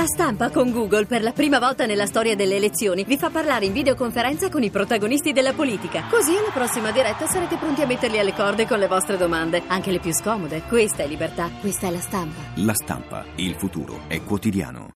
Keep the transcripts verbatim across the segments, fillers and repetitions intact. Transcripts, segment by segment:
Stampa con Google, per la prima volta nella storia delle elezioni, vi fa parlare in videoconferenza con i protagonisti della politica. Così alla prossima diretta sarete pronti a metterli alle corde con le vostre domande, anche le più scomode. Questa è libertà, questa è La Stampa. La Stampa, il futuro è quotidiano.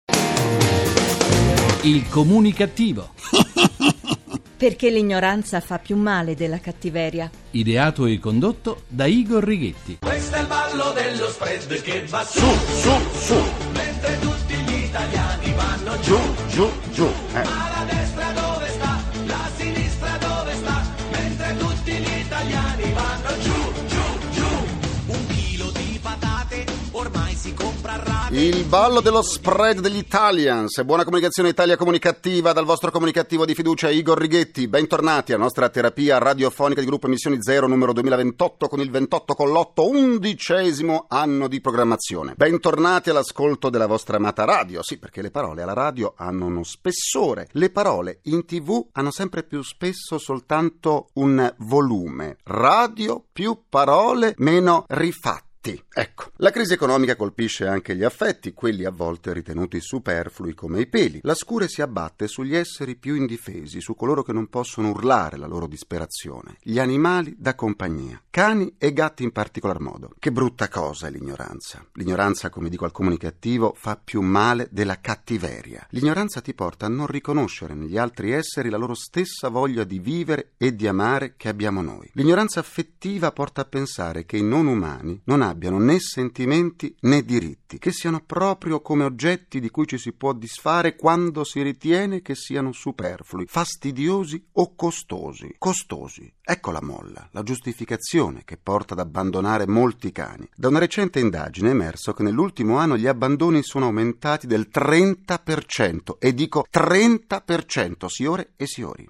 Il comunicativo. Perché l'ignoranza fa più male della cattiveria. Ideato e condotto da Igor Righetti. Questo è il ballo dello spread che va su, su, su, mentre tutti gli italiani vanno giù, giù, giù. Eh. Ma la destra dove sta? La sinistra dove sta? Mentre tutti gli italiani vanno giù, giù, giù. Un chilo di patate ormai si compra a rate. Il ballo dello spread degli Italians. Buona comunicazione Italia comunicativa dal vostro comunicativo di fiducia Igor Righetti. Bentornati alla nostra terapia radiofonica di gruppo Emissioni Zero numero duemilaventotto con il ventotto con l'otto, undicesimo anno di programmazione. Bentornati all'ascolto della vostra amata radio. Sì, perché le parole alla radio hanno uno spessore. Le parole in tv hanno sempre più spesso soltanto un volume. Radio più parole meno rifatti. Ecco, la crisi economica colpisce anche gli affetti, quelli a volte ritenuti superflui come i peli. La scure si abbatte sugli esseri più indifesi, su coloro che non possono urlare la loro disperazione, gli animali da compagnia, cani e gatti in particolar modo. Che brutta cosa è l'ignoranza. L'ignoranza, come dico al comunicativo, fa più male della cattiveria. L'ignoranza ti porta a non riconoscere negli altri esseri la loro stessa voglia di vivere e di amare che abbiamo noi. L'ignoranza affettiva porta a pensare che i non umani non hanno abbiano né sentimenti né diritti, che siano proprio come oggetti di cui ci si può disfare quando si ritiene che siano superflui, fastidiosi o costosi. Costosi. Ecco la molla, la giustificazione che porta ad abbandonare molti cani. Da una recente indagine è emerso che nell'ultimo anno gli abbandoni sono aumentati del trenta per cento, e dico trenta per cento, signore e signori.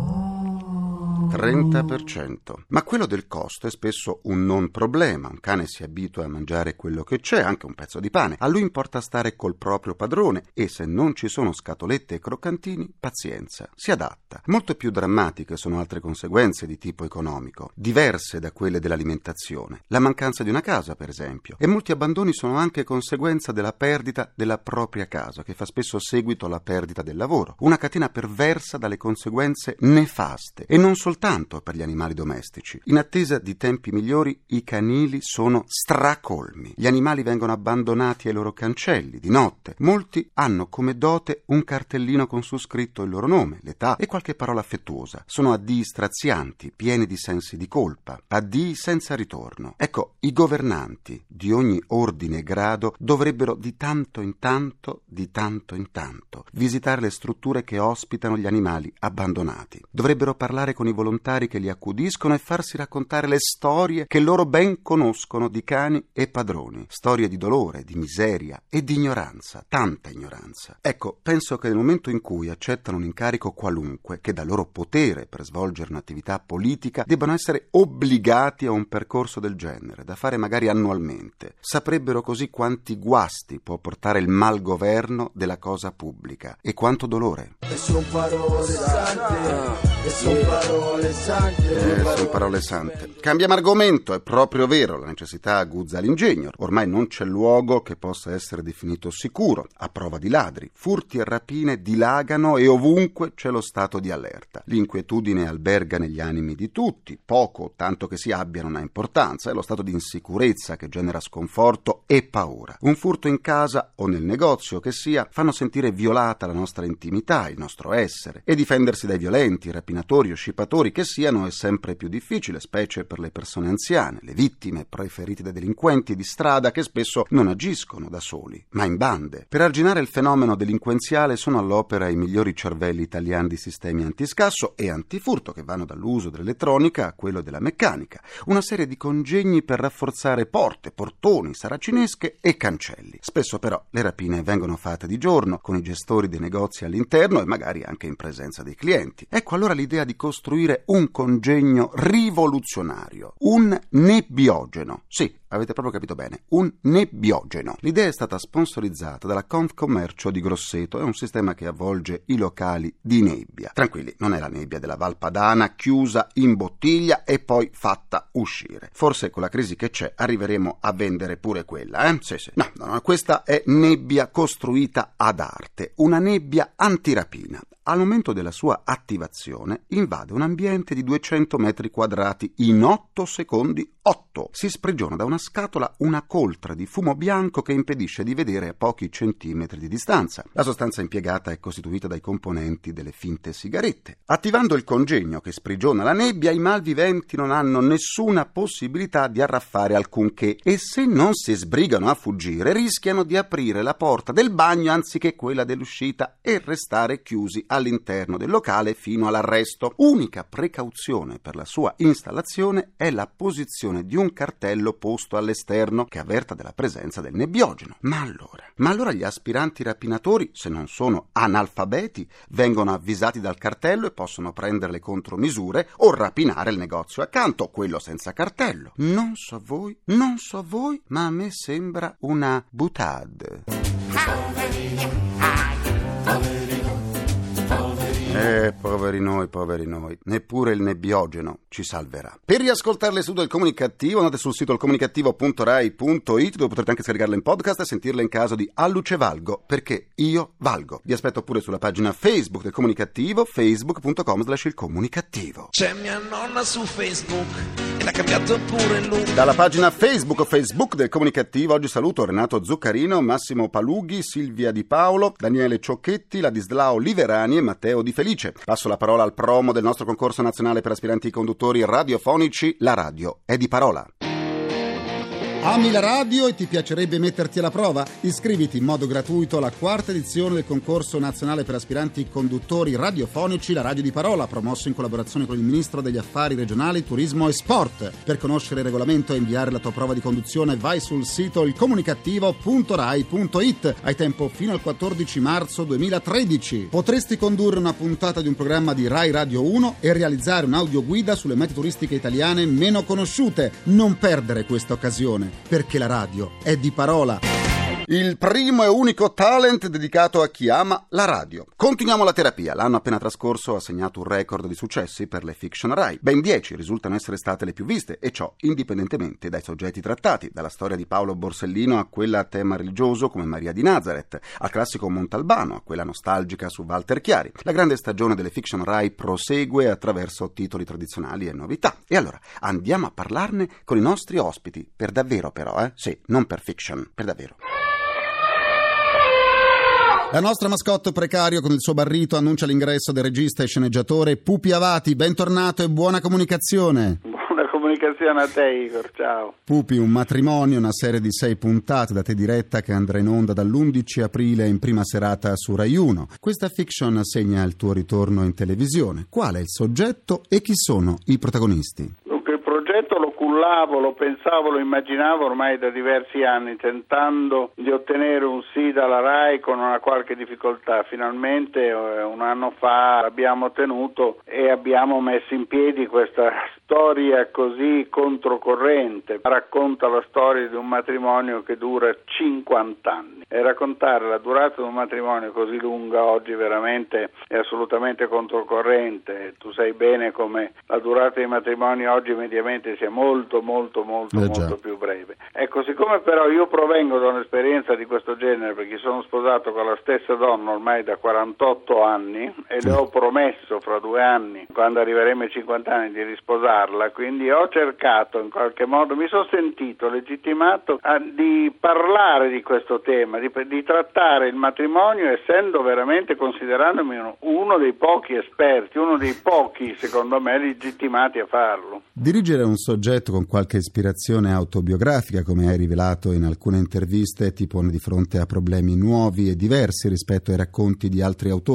trenta per cento. Ma quello del costo è spesso un non problema. Un cane si abitua a mangiare quello che c'è, anche un pezzo di pane. A lui importa stare col proprio padrone e se non ci sono scatolette e croccantini, pazienza, si adatta. Molto più drammatiche sono altre conseguenze di tipo economico, diverse da quelle dell'alimentazione. La mancanza di una casa, per esempio. E molti abbandoni sono anche conseguenza della perdita della propria casa, che fa spesso seguito alla perdita del lavoro. Una catena perversa dalle conseguenze nefaste. E non soltanto tanto per gli animali domestici. In attesa di tempi migliori, i canili sono stracolmi. Gli animali vengono abbandonati ai loro cancelli, di notte. Molti hanno come dote un cartellino con su scritto il loro nome, l'età e qualche parola affettuosa. Sono addii strazianti, pieni di sensi di colpa, addii senza ritorno. Ecco, i governanti di ogni ordine e grado dovrebbero di tanto in tanto, di tanto in tanto, visitare le strutture che ospitano gli animali abbandonati. Dovrebbero parlare con i volontari che li accudiscono e farsi raccontare le storie che loro ben conoscono di cani e padroni. Storie di dolore, di miseria e di ignoranza, tanta ignoranza. Ecco, penso che nel momento in cui accettano un incarico qualunque che dà loro potere per svolgere un'attività politica, debbano essere obbligati a un percorso del genere, da fare magari annualmente. Saprebbero così quanti guasti può portare il malgoverno della cosa pubblica e quanto dolore. E son parole sante, e son parole Eh, sono parole sante. Cambiamo argomento, è proprio vero, la necessità aguzza l'ingegno. Ormai non c'è luogo che possa essere definito sicuro, a prova di ladri. Furti e rapine dilagano e ovunque c'è lo stato di allerta. L'inquietudine alberga negli animi di tutti, poco o tanto che si abbia non ha importanza, è lo stato di insicurezza che genera sconforto e paura. Un furto in casa o nel negozio che sia fanno sentire violata la nostra intimità, il nostro essere, e difendersi dai violenti, rapinatori o scippatori che siano è sempre più difficile, specie per le persone anziane, le vittime preferite dai delinquenti di strada che spesso non agiscono da soli, ma in bande. Per arginare il fenomeno delinquenziale sono all'opera i migliori cervelli italiani di sistemi antiscasso e antifurto che vanno dall'uso dell'elettronica a quello della meccanica, una serie di congegni per rafforzare porte, portoni, saracinesche e cancelli. Spesso però le rapine vengono fatte di giorno, con i gestori dei negozi all'interno e magari anche in presenza dei clienti. Ecco allora l'idea di costruire un congegno rivoluzionario, un nebbiogeno. Sì, avete proprio capito bene, un nebbiogeno. L'idea è stata sponsorizzata dalla Confcommercio di Grosseto, è un sistema che avvolge i locali di nebbia. Tranquilli, non è la nebbia della Val Padana chiusa in bottiglia e poi fatta uscire. Forse con la crisi che c'è arriveremo a vendere pure quella, eh? Sì, sì. No, no, no, questa è nebbia costruita ad arte, una nebbia antirapina. Al momento della sua attivazione invade un ambiente di duecento metri quadrati in otto secondi. otto. Si sprigiona da una scatola una coltre di fumo bianco che impedisce di vedere a pochi centimetri di distanza. La sostanza impiegata è costituita dai componenti delle finte sigarette. Attivando il congegno che sprigiona la nebbia, i malviventi non hanno nessuna possibilità di arraffare alcunché e se non si sbrigano a fuggire rischiano di aprire la porta del bagno anziché quella dell'uscita e restare chiusi all'interno del locale fino all'arresto. Unica precauzione per la sua installazione è la posizione di un cartello posto all'esterno che avverta della presenza del nebbiogeno. Ma allora, ma allora gli aspiranti rapinatori, se non sono analfabeti, vengono avvisati dal cartello e possono prendere le contromisure o rapinare il negozio accanto, quello senza cartello. Non so voi, non so voi, ma a me sembra una boutade. Eh, poveri noi, poveri noi. Neppure il nebbiogeno ci salverà. Per riascoltarle su del Comunicativo andate sul sito ilcomunicativo punto rai punto it, dove potrete anche scaricarle in podcast e sentirle in caso di Alluce Valgo, perché io valgo. Vi aspetto pure sulla pagina Facebook del Comunicativo, facebook punto com slash il comunicativo. C'è mia nonna su Facebook e l'ha cambiato pure lui. Dalla pagina Facebook o Facebook del Comunicativo oggi saluto Renato Zuccarino, Massimo Palughi, Silvia Di Paolo, Daniele Ciocchetti, Ladislao Liverani e Matteo Di Felice. Passo la parola al promo del nostro concorso nazionale per aspiranti conduttori radiofonici. La radio è di parola. Ami la radio e ti piacerebbe metterti alla prova? Iscriviti in modo gratuito alla quarta edizione del concorso nazionale per aspiranti conduttori radiofonici La Radio di Parola, promosso in collaborazione con il Ministro degli Affari Regionali, Turismo e Sport. Per conoscere il regolamento e inviare la tua prova di conduzione vai sul sito ilcomunicativo punto rai punto it. Hai tempo fino al quattordici marzo duemilatredici. Potresti condurre una puntata di un programma di Rai Radio uno e realizzare un'audioguida sulle mete turistiche italiane meno conosciute. Non perdere questa occasione, perché la radio è di parola. Il primo e unico talent dedicato a chi ama la radio. Continuiamo la terapia. L'anno appena trascorso ha segnato un record di successi per le fiction Rai. Ben dieci risultano essere state le più viste, e ciò indipendentemente dai soggetti trattati, dalla storia di Paolo Borsellino a quella a tema religioso come Maria di Nazareth, al classico Montalbano, a quella nostalgica su Walter Chiari. La grande stagione delle fiction Rai prosegue attraverso titoli tradizionali e novità. E allora andiamo a parlarne con i nostri ospiti, per davvero però, eh? Sì, non per fiction, per davvero. La nostra mascotte Precario con il suo barrito annuncia l'ingresso del regista e sceneggiatore Pupi Avati. Bentornato e buona comunicazione. Buona comunicazione a te, Igor, ciao. Pupi, un matrimonio, una serie di sei puntate da te diretta che andrà in onda dall'undici aprile in prima serata su Rai uno. Questa fiction segna il tuo ritorno in televisione. Qual è il soggetto e chi sono i protagonisti? Lo cullavo, lo pensavo, lo immaginavo ormai da diversi anni, tentando di ottenere un sì dalla Rai con una qualche difficoltà. Finalmente eh, un anno fa l'abbiamo ottenuto e abbiamo messo in piedi questa storia così controcorrente. Racconta la storia di un matrimonio che dura cinquanta anni, e raccontare la durata di un matrimonio così lunga oggi veramente è assolutamente controcorrente. Tu sai bene come la durata dei matrimoni oggi mediamente sia molto molto molto eh molto più breve. Ecco, siccome però io provengo da un'esperienza di questo genere, perché sono sposato con la stessa donna ormai da quarantotto anni e le ho promesso fra due anni, quando arriveremo ai cinquanta anni, di risposarla, quindi ho cercato in qualche modo, mi sono sentito legittimato a, di parlare di questo tema, di, di trattare il matrimonio, essendo veramente, considerandomi uno, uno dei pochi esperti, uno dei pochi secondo me legittimati a farlo. Dirigere un soggetto con qualche ispirazione autobiografica, come hai rivelato in alcune interviste, ti pone di fronte a problemi nuovi e diversi rispetto ai racconti di altri autori?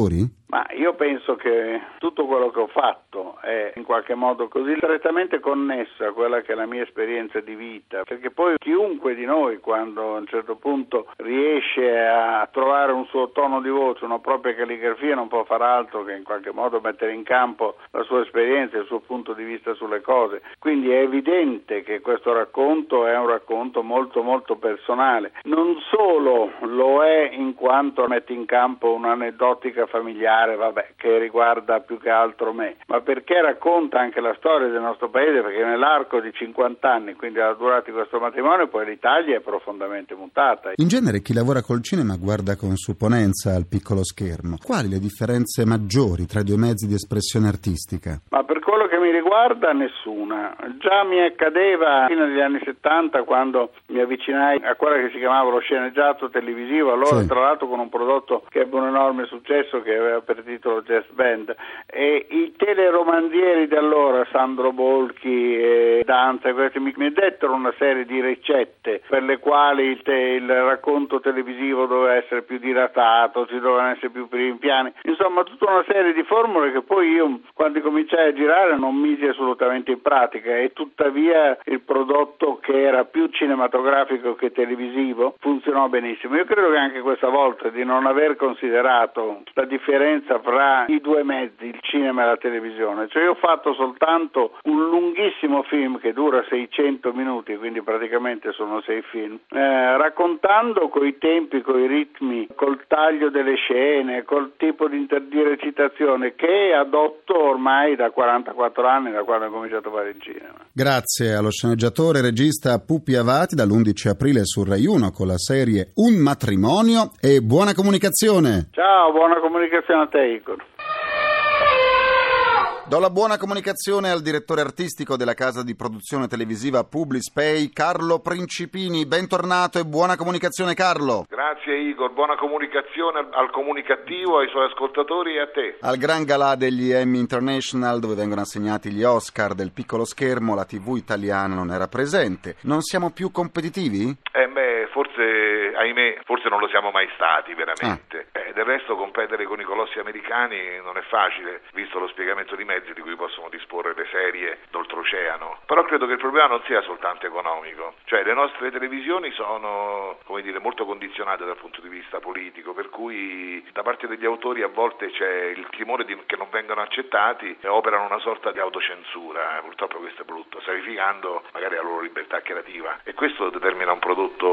Ma io penso che tutto quello che ho fatto è in qualche modo così strettamente connesso a quella che è la mia esperienza di vita, perché poi chiunque di noi, quando a un certo punto riesce a trovare un suo tono di voce, una propria calligrafia, non può far altro che in qualche modo mettere in campo la sua esperienza, il suo punto di vista sulle cose. Quindi è evidente che questo racconto è un racconto molto molto personale. Non solo lo è in quanto mette in campo un'aneddotica familiare, vabbè, che riguarda più che altro me, ma perché racconta anche la storia del nostro paese, perché nell'arco di cinquanta anni, quindi alla durata di questo matrimonio, poi l'Italia è profondamente mutata. In genere chi lavora col cinema guarda con supponenza al piccolo schermo. Quali le differenze maggiori tra i due mezzi di espressione artistica? Ma per quello che mi riguarda nessuna. Già mi accadeva fino agli anni settanta, quando mi avvicinai a quello che si chiamava lo sceneggiato televisivo, allora sì. Tra l'altro con un prodotto che ebbe un enorme successo, che aveva per titolo Jazz Band, e i teleromanzieri di allora, Sandro Bolchi e Danza, questi mi, mi dettero una serie di ricette per le quali il, te, il racconto televisivo doveva essere più dilatato, ci dovevano essere più primi piani, insomma tutta una serie di formule che poi io, quando cominciai a girare, non misi assolutamente in pratica, e tuttavia il prodotto, che era più cinematografico che televisivo, funzionò benissimo. Io credo che anche questa volta di non aver considerato la differenza fra i due mezzi, il cinema e la televisione, cioè io ho fatto soltanto un lunghissimo film che dura seicento minuti, quindi praticamente sono sei film, eh, raccontando coi tempi, coi ritmi, col taglio delle scene, col tipo di, inter- di recitazione che adotto ormai da quarantaquattro anni, da quando ho cominciato a fare il cinema. Grazie allo sceneggiatore e regista Pupi Avati, dall'undici aprile su Rai uno con la serie Un matrimonio, e buona comunicazione. Ciao, buona comunicazione a te, Igor. Do la buona comunicazione al direttore artistico della casa di produzione televisiva Publispay, Carlo Principini. Bentornato e buona comunicazione, Carlo. Grazie Igor, buona comunicazione al comunicativo, ai suoi ascoltatori e a te. Al gran galà degli Emmy International, dove vengono assegnati gli Oscar del piccolo schermo, la tivù italiana non era presente. Non siamo più competitivi? Eh beh, forse, ahimè, forse non lo siamo mai stati veramente. Ah. Eh, del resto competere con i colossi americani non è facile, visto lo spiegamento di mezzi di cui possono disporre le serie d'oltreoceano. Però credo che il problema non sia soltanto economico, cioè le nostre televisioni sono, come dire, molto condizionate dal punto di vista politico, per cui da parte degli autori a volte c'è il timore di che non vengano accettati e operano una sorta di autocensura. Purtroppo questo è brutto, sacrificando magari la loro libertà creativa, e questo determina un prodotto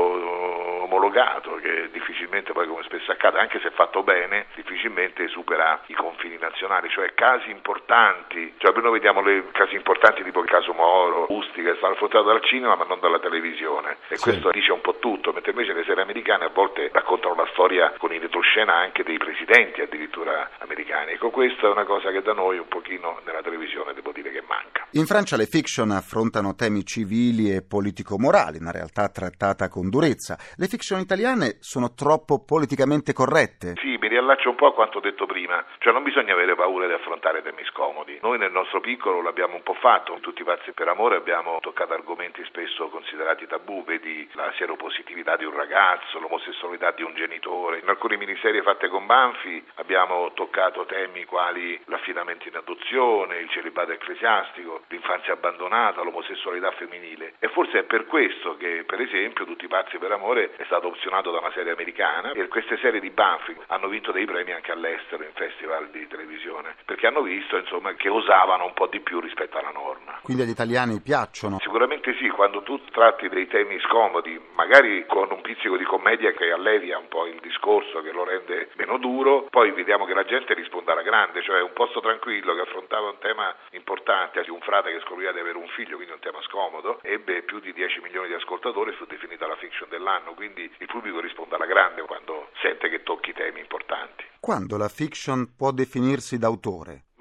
omologato che difficilmente, poi come spesso accade, anche se fatto bene, difficilmente supera i confini nazionali, cioè casi importanti, cioè noi vediamo le casi importanti tipo il caso Moro, Busti, che stanno affrontati dal cinema ma non dalla televisione, e sì. Questo dice un po' tutto, mentre invece le serie americane a volte raccontano la storia con in retroscena anche dei presidenti addirittura americani. Ecco, questa è una cosa che da noi un pochino nella televisione devo dire che manca. In Francia le fiction affrontano temi civili e politico-morali, una realtà trattata con durezza. Le fiction italiane sono troppo politicamente corrette? Sì, mi riallaccio un po' a quanto detto prima, cioè non bisogna avere paura di affrontare temi scomodi. Noi nel nostro piccolo l'abbiamo un po' fatto, Tutti pazzi per amore abbiamo toccato argomenti spesso considerati tabù, vedi la sieropositività di un ragazzo, l'omosessualità di un genitore. In alcune miniserie fatte con Banfi abbiamo toccato temi quali l'affidamento in adozione, il celibato ecclesiastico, l'infanzia abbandonata, l'omosessualità femminile, e forse è per questo che per esempio Tutti pazzi per amore è stato opzionato da una serie americana, e queste serie di Banfi hanno vinto dei premi anche all'estero in festival di televisione, perché hanno visto insomma che osavano un po' di più rispetto alla norma. Quindi agli italiani piacciono? Sicuramente sì, quando tu tratti dei temi scomodi, magari con un pizzico di commedia che allevia un po' il discorso, che lo rende meno duro, poi vediamo che la gente risponde alla grande, cioè Un posto tranquillo, che affrontava un tema importante, un frate che scopriva di avere un figlio, quindi un tema scomodo, ebbe più di dieci milioni di ascoltatori e fu definita la fiction dell'anno, quindi il pubblico risponde alla grande quando sente che tocchi temi importanti. Quando la fiction può definirsi d'autore? Ma anche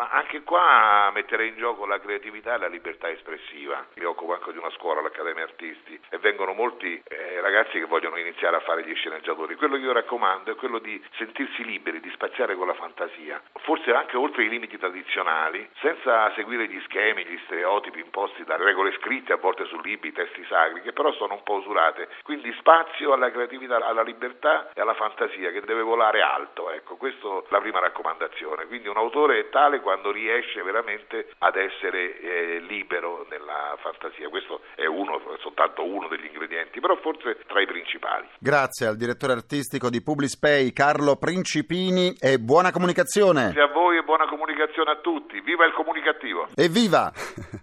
Qua metterei in gioco la creatività e la libertà espressiva. Mi occupo anche di una scuola, l'Accademia Artisti, e vengono molti eh, ragazzi che vogliono iniziare a fare gli sceneggiatori. Quello che io raccomando è quello di sentirsi liberi, di spaziare con la fantasia, forse anche oltre i limiti tradizionali, senza seguire gli schemi, gli stereotipi imposti da regole scritte, a volte su libri, testi sacri, che però sono un po' usurate. Quindi spazio alla creatività, alla libertà e alla fantasia, che deve volare alto. Ecco, questa è la prima raccomandazione. Quindi un autore è tale quando riesce veramente ad essere eh, libero nella fantasia. Questo è uno, soltanto uno degli ingredienti, però forse tra i principali. Grazie al direttore artistico di Publispay, Carlo Principini, e buona comunicazione. Grazie a voi e buona comunicazione a tutti. Viva il comunicativo! Evviva!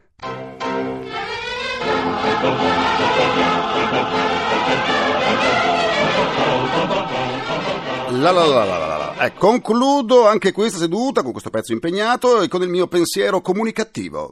La la la la la la. Eh, concludo anche questa seduta con questo pezzo impegnato e con il mio pensiero comunicativo.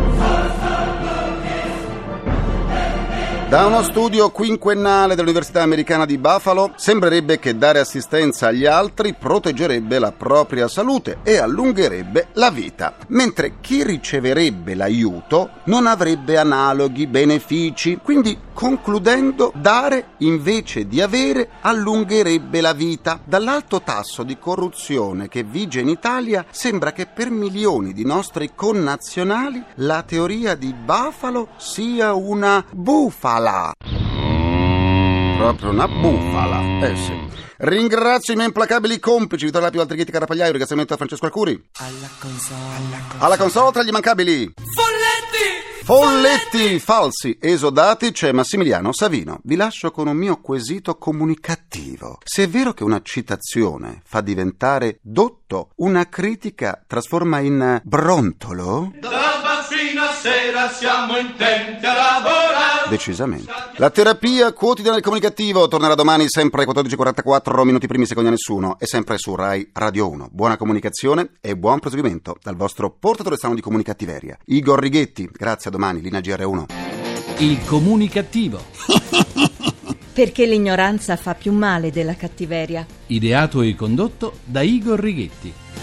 Da uno studio quinquennale dell'Università Americana di Buffalo sembrerebbe che dare assistenza agli altri proteggerebbe la propria salute e allungherebbe la vita, mentre chi riceverebbe l'aiuto non avrebbe analoghi benefici. Quindi, concludendo, dare invece di avere allungherebbe la vita. Dall'alto tasso di corruzione che vige in Italia sembra che per milioni di nostri connazionali la teoria di Buffalo sia una bufala. Proprio una bufala. Eh sì. Ringrazio i miei implacabili complici Vittorio Lapi, Walter Ghitti, Carapagliaio. Ringraziamento a Francesco Alcuri. Alla console. Alla console, alla console tra gli immancabili Folletti! Folletti falsi esodati c'è Massimiliano Savino. Vi lascio con un mio quesito comunicativo. Se è vero che una citazione fa diventare dotto, una critica trasforma in brontolo? Dalla mattina a sera siamo intenti a lavorare. Decisamente. La terapia quotidiana del comunicativo tornerà domani sempre alle quattordici e quarantaquattro, minuti primi, secondi a nessuno, e sempre su Rai Radio uno. Buona comunicazione e buon proseguimento dal vostro portatore strano di comunicattiveria, Igor Righetti. Grazie, a domani, linea G R uno. Il comunicativo. Perché l'ignoranza fa più male della cattiveria. Ideato e condotto da Igor Righetti.